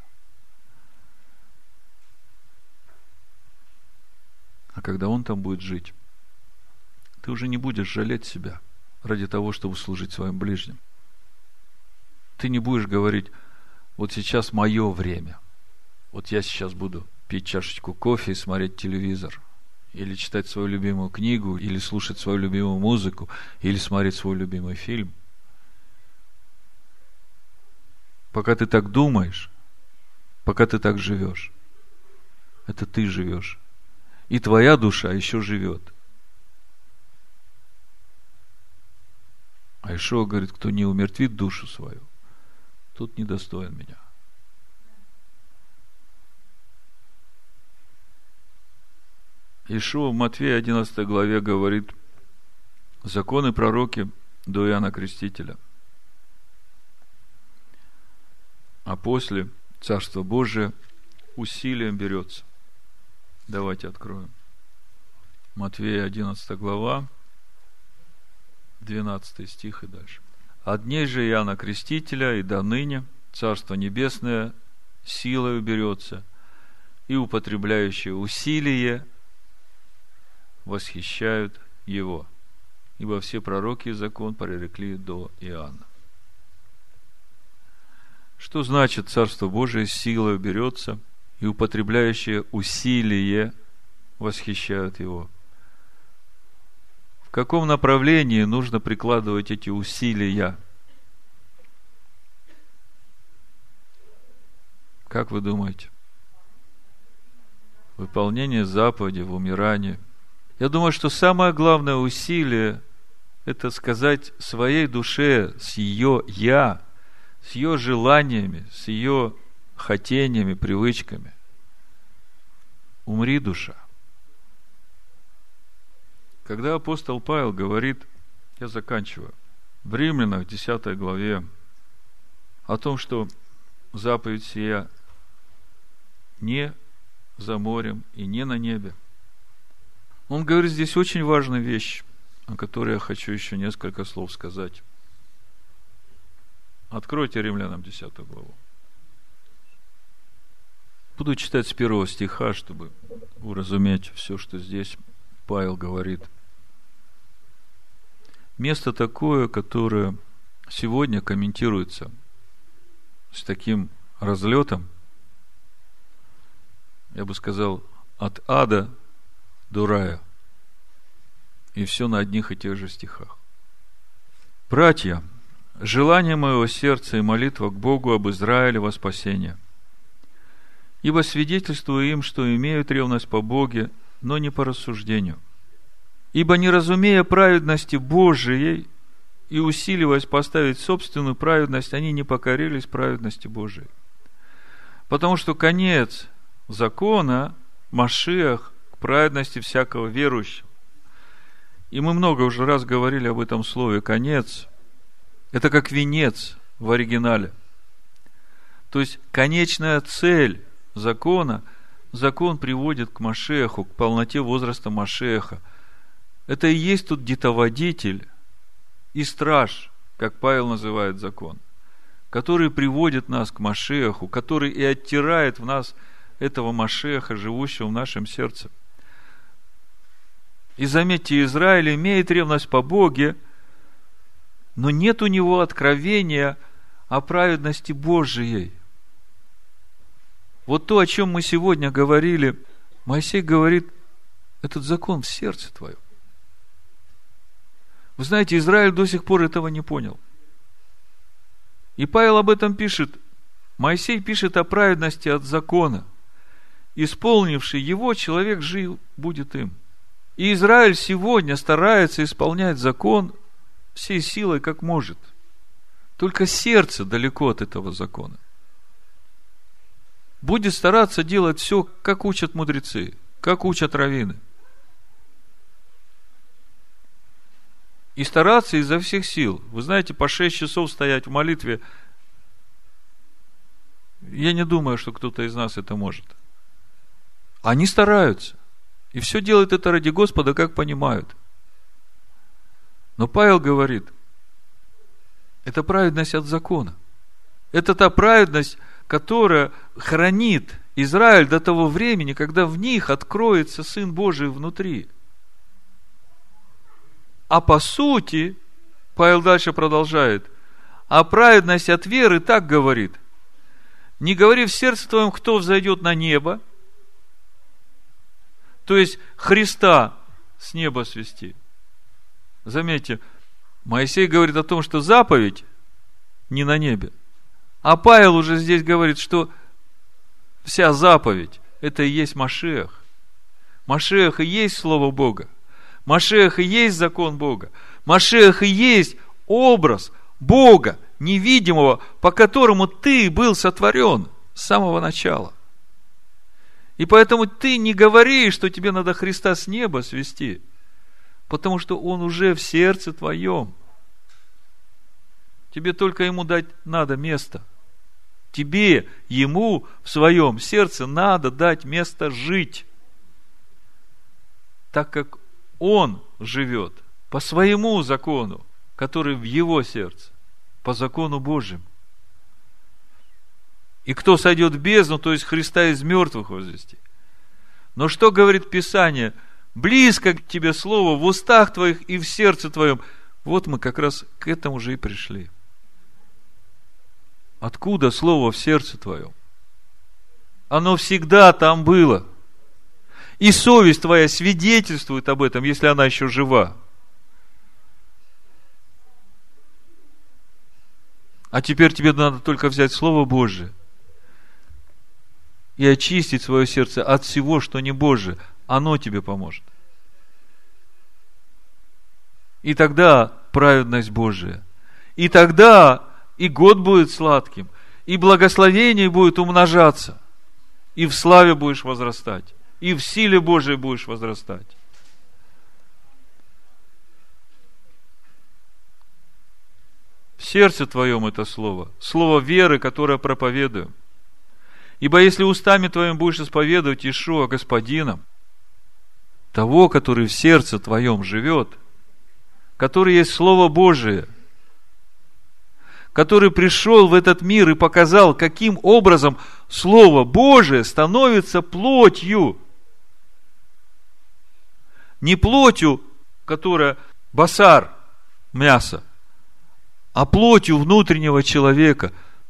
А когда Он там будет жить, ты уже не будешь жалеть себя ради того, чтобы служить своим ближним. Ты не будешь говорить, вот сейчас мое время. Вот я сейчас буду пить чашечку кофе и смотреть телевизор. или читать свою любимую книгу, или слушать свою любимую музыку, или смотреть свой любимый фильм. Пока ты так думаешь, пока ты так живешь, это ты живешь. И твоя душа еще живет. А Иешуа говорит, кто не умертвит душу свою, тот недостоин меня. Иешуа в Матфея 11 главе говорит: законы пророки до Иоанна Крестителя, а после Царство Божие усилием берется. Давайте откроем. Матфея 11 глава, 12 стих и дальше. От дней же Иоанна Крестителя и до ныне Царство Небесное силою берется, и употребляющие усилие восхищают его, ибо все пророки и закон прорекли до Иоанна. Что значит Царство Божие силою берется, и употребляющие усилие восхищают его? В каком направлении нужно прикладывать эти усилия? Как вы думаете? Выполнение заповедей в умирании. Я думаю, что самое главное усилие – это сказать своей душе, с ее «я», с ее желаниями, с ее хотениями, привычками: умри, душа. Когда апостол Павел говорит, я заканчиваю, в Римлянах 10 главе о том, что заповедь сия не за морем и не на небе, он говорит здесь очень важную вещь, о которой я хочу еще несколько слов сказать. Откройте Римлянам 10 главу. Буду читать с 1 стиха, чтобы уразуметь все, что здесь Павел говорит. Место такое, которое сегодня комментируется с таким разлетом, я бы сказал, от ада до рая. И все на одних и тех же стихах. Братья, желание моего сердца и молитва к Богу об Израиле во спасение. Ибо свидетельствую им, что имеют ревность по Боге, но не по рассуждению. Ибо не разумея праведности Божией и усиливаясь поставить собственную праведность, они не покорились праведности Божией. Потому что конец закона – Машиах к праведности всякого верующего. И мы много уже раз говорили об этом слове «конец». Это как венец в оригинале. То есть, конечная цель закона, закон приводит к Машиаху, к полноте возраста Машиаха. Это и есть тут детоводитель и страж, как Павел называет закон, который приводит нас к Машиаху, который и оттирает в нас этого Машиаха, живущего в нашем сердце. И заметьте, Израиль имеет ревность по Боге, но нет у него откровения о праведности Божией. Вот то, о чем мы сегодня говорили, Моисей говорит, этот закон в сердце твоем. Вы знаете, Израиль до сих пор этого не понял. И Павел об этом пишет. Моисей пишет о праведности от закона. Исполнивший его, человек жив будет им. И Израиль сегодня старается исполнять закон всей силой, как может. Только сердце далеко от этого закона. Будет стараться делать все, как учат мудрецы, как учат раввины. И стараться изо всех сил. Вы знаете, по 6 часов стоять в молитве, я не думаю, что кто-то из нас это может. Они стараются. И все делают это ради Господа, как понимают. Но Павел говорит, это праведность от закона. Это та праведность, которая хранит Израиль до того времени, когда в них откроется Сын Божий внутри. А по сути, Павел дальше продолжает, а праведность от веры так говорит: не говори в сердце твоем, кто взойдет на небо, То есть Христа с неба свести. Заметьте, Моисей говорит о том, что заповедь не на небе. А Павел уже здесь говорит, что вся заповедь – это и есть Машиах. Машиах и есть Слово Бога. Машиах и есть закон Бога. Машиах и есть образ Бога, невидимого, по которому ты был сотворен с самого начала. И поэтому ты не говори, что тебе надо Христа с неба свести, потому что Он уже в сердце твоем. Тебе только Ему дать надо место. Тебе, Ему в своем сердце надо дать место жить, так как Он живет по своему закону, который в Его сердце, по закону Божьему. И кто сойдет в бездну, то есть Христа из мертвых возвести. Но что говорит Писание? Близко к тебе слово в устах твоих и в сердце твоем. Вот мы как раз к этому же и пришли. Откуда слово в сердце твоем? Оно всегда там было. И совесть твоя свидетельствует об этом, если она еще жива. А теперь тебе надо только взять Слово Божие и очистить свое сердце от всего, что не Божие. Оно тебе поможет. И тогда праведность Божия. И тогда и год будет сладким, и благословение будет умножаться, и в славе будешь возрастать, и в силе Божией будешь возрастать. В сердце твоем это слово, слово веры, которое проповедуем. Ибо если устами твоим будешь исповедовать Иешуа Господином, того, который в сердце твоем живет, который есть Слово Божие, который пришел в этот мир и показал, каким образом Слово Божие становится плотью. Не плотью, которая басар, мясо, а плотью внутреннего человека,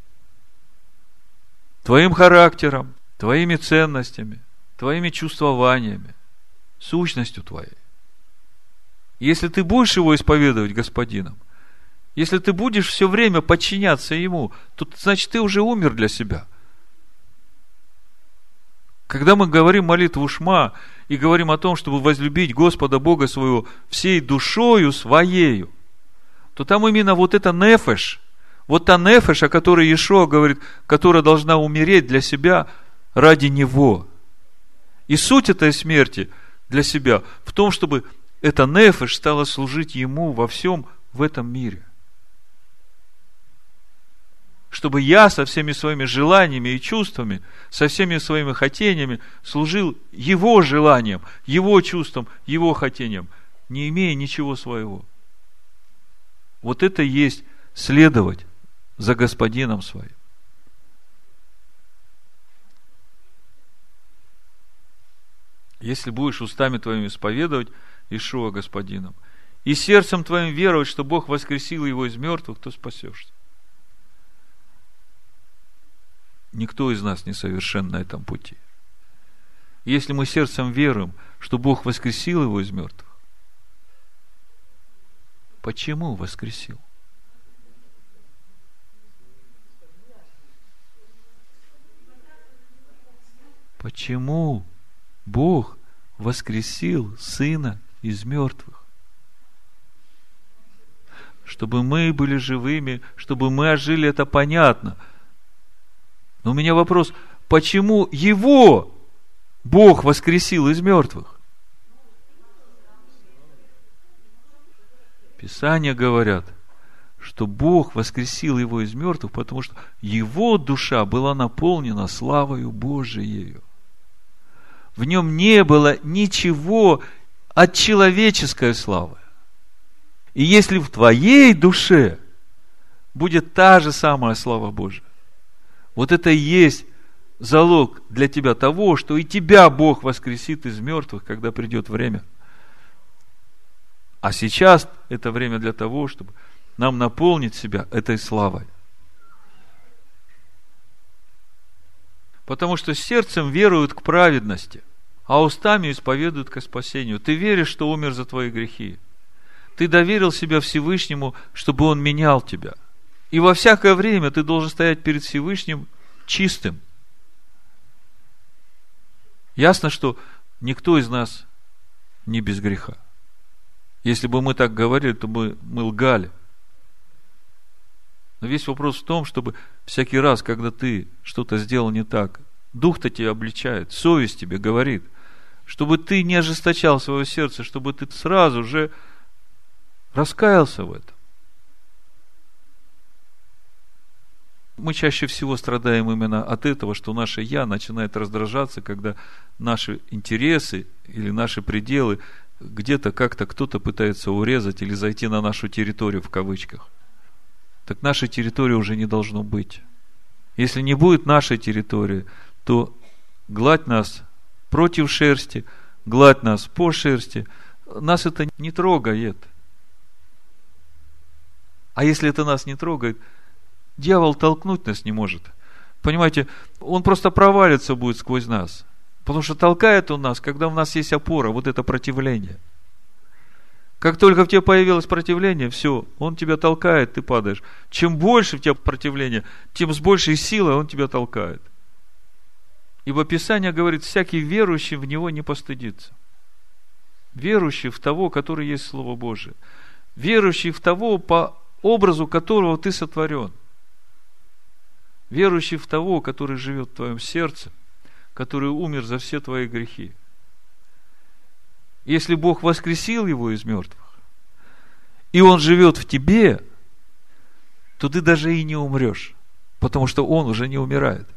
твоим характером, твоими ценностями, твоими чувствованиями, сущностью твоей. Если ты будешь его исповедовать Господином, если ты будешь все время подчиняться Ему, то значит ты уже умер для себя. Когда мы говорим молитву Шма и говорим о том, чтобы возлюбить Господа Бога своего всей душою своею, то там именно вот это нефеш, вот та нефеш, о которой Иешуа говорит, которая должна умереть для себя ради Него. И суть этой смерти для себя в том, чтобы эта нефеш стала служить Ему во всем в этом мире. Чтобы я со всеми своими желаниями и чувствами, со всеми своими хотениями служил Его желаниям, Его чувствам, Его хотениям, не имея ничего своего. Вот это и есть следовать за Господином своим. Если будешь устами твоими исповедовать Иешуа Господином и сердцем твоим веровать, что Бог воскресил Его из мертвых, то спасешься. Никто из нас не совершен на этом пути. Если мы сердцем веруем, что Бог воскресил Его из мертвых, почему воскресил? Почему Бог воскресил Сына из мертвых? Чтобы мы были живыми, чтобы мы ожили, это понятно. Но у меня вопрос, почему Его Бог воскресил из мертвых? Писания говорят, что Бог воскресил Его из мертвых, потому что Его душа была наполнена славою Божией. В Нем не было ничего от человеческой славы. И если в твоей душе будет та же самая слава Божия, вот это и есть залог для тебя того, что и тебя Бог воскресит из мертвых, когда придет время. А сейчас это время для того, чтобы нам наполнить себя этой славой. Потому что сердцем веруют к праведности, а устами исповедуют ко спасению. Ты веришь, что умер за твои грехи. Ты доверил себя Всевышнему, чтобы Он менял тебя. И во всякое время ты должен стоять перед Всевышним чистым. Ясно, что никто из нас не без греха. Если бы мы так говорили, то мы лгали. Но весь вопрос в том, чтобы всякий раз, когда ты что-то сделал не так, Дух-то тебя обличает, совесть тебе говорит, чтобы ты не ожесточал свое сердце, чтобы ты сразу же раскаялся в этом. Мы чаще всего страдаем именно от этого, что наше «я» начинает раздражаться, когда наши интересы или наши пределы где-то как-то кто-то пытается урезать или зайти на нашу территорию в кавычках. Так нашей территории уже не должно быть. Если не будет нашей территории, то гладь нас против шерсти, гладь нас по шерсти. Нас это не трогает. А если это нас не трогает, дьявол толкнуть нас не может. Понимаете, он просто провалится будет сквозь нас. Потому что толкает он нас, когда у нас есть опора, вот это противление. Как только в тебе появилось противление, все, он тебя толкает, ты падаешь. Чем больше в тебя противления, тем с большей силой он тебя толкает. Ибо Писание говорит, всякий верующий в него не постыдится. Верующий в того, который есть Слово Божие. Верующий в того, по образу которого ты сотворен. Верующий в того, который живет в твоем сердце, который умер за все твои грехи. Если Бог воскресил его из мертвых, и он живет в тебе, то ты даже и не умрешь, потому что он уже не умирает.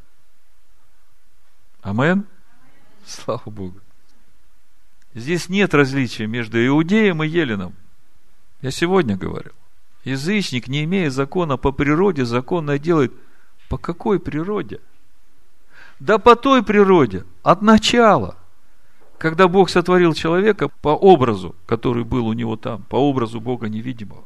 Амен? Слава Богу. Здесь нет различия между иудеем и еленом. Я сегодня говорил. Язычник, не имея закона по природе, законное делает. По какой природе? Да по той природе, от начала. Когда Бог сотворил человека по образу, который был у него там, по образу Бога невидимого.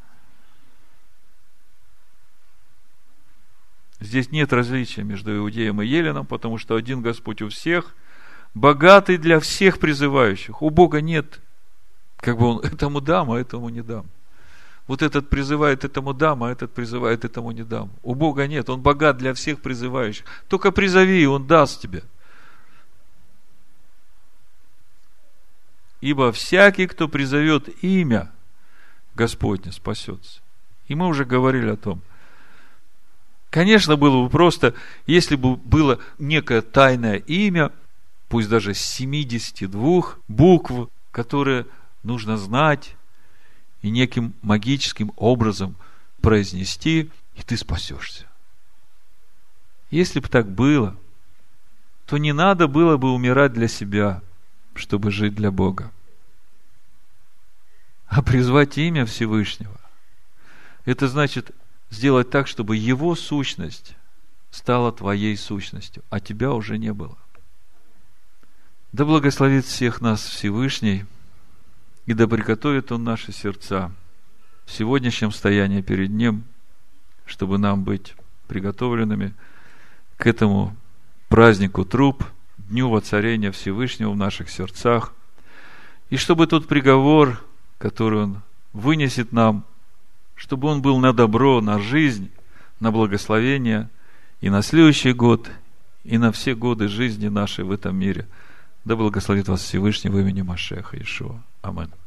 Здесь нет различия между иудеем и еленом, потому что один Господь у всех, богатый для всех призывающих. У Бога нет, Он этому дам, а этому не дам. Вот этот призывает этому дам, а этот призывает этому не дам. У Бога нет, Он богат для всех призывающих. Только призови, и Он даст тебе. Ибо всякий, кто призовет имя Господне, спасется. И мы уже говорили о том. Конечно, было бы просто, если бы было некое тайное имя, пусть даже 72 букв, которые нужно знать и неким магическим образом произнести, и ты спасешься. Если бы так было, то не надо было бы умирать для себя, чтобы жить для Бога. А призвать имя Всевышнего, это значит сделать так, чтобы Его сущность стала твоей сущностью, а тебя уже не было. Да благословит всех нас Всевышний, и да приготовит Он наши сердца в сегодняшнем стоянии перед Ним, чтобы нам быть приготовленными к этому празднику труб, дню воцарения Всевышнего в наших сердцах, и чтобы тот приговор, который Он вынесет нам, чтобы он был на добро, на жизнь, на благословение и на следующий год, и на все годы жизни нашей в этом мире. Да благословит вас Всевышний в имени Машеха Иешуа. Аминь.